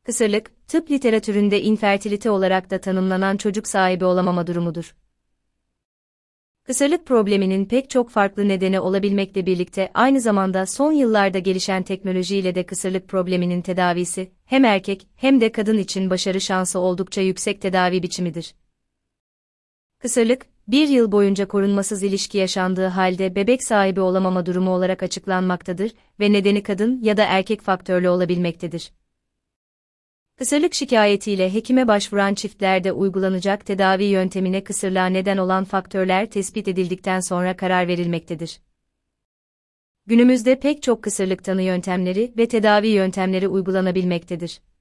Kısırlık, tıp literatüründe infertilite olarak da tanımlanan çocuk sahibi olamama durumudur. Kısırlık probleminin pek çok farklı nedeni olabilmekle birlikte aynı zamanda son yıllarda gelişen teknolojiyle de kısırlık probleminin tedavisi, hem erkek hem de kadın için başarı şansı oldukça yüksek tedavi biçimidir. Kısırlık, bir yıl boyunca korunmasız ilişki yaşandığı halde bebek sahibi olamama durumu olarak açıklanmaktadır ve nedeni kadın ya da erkek faktörlü olabilmektedir. Kısırlık şikayetiyle hekime başvuran çiftlerde uygulanacak tedavi yöntemine kısırlığa neden olan faktörler tespit edildikten sonra karar verilmektedir. Günümüzde pek çok kısırlık tanı yöntemleri ve tedavi yöntemleri uygulanabilmektedir.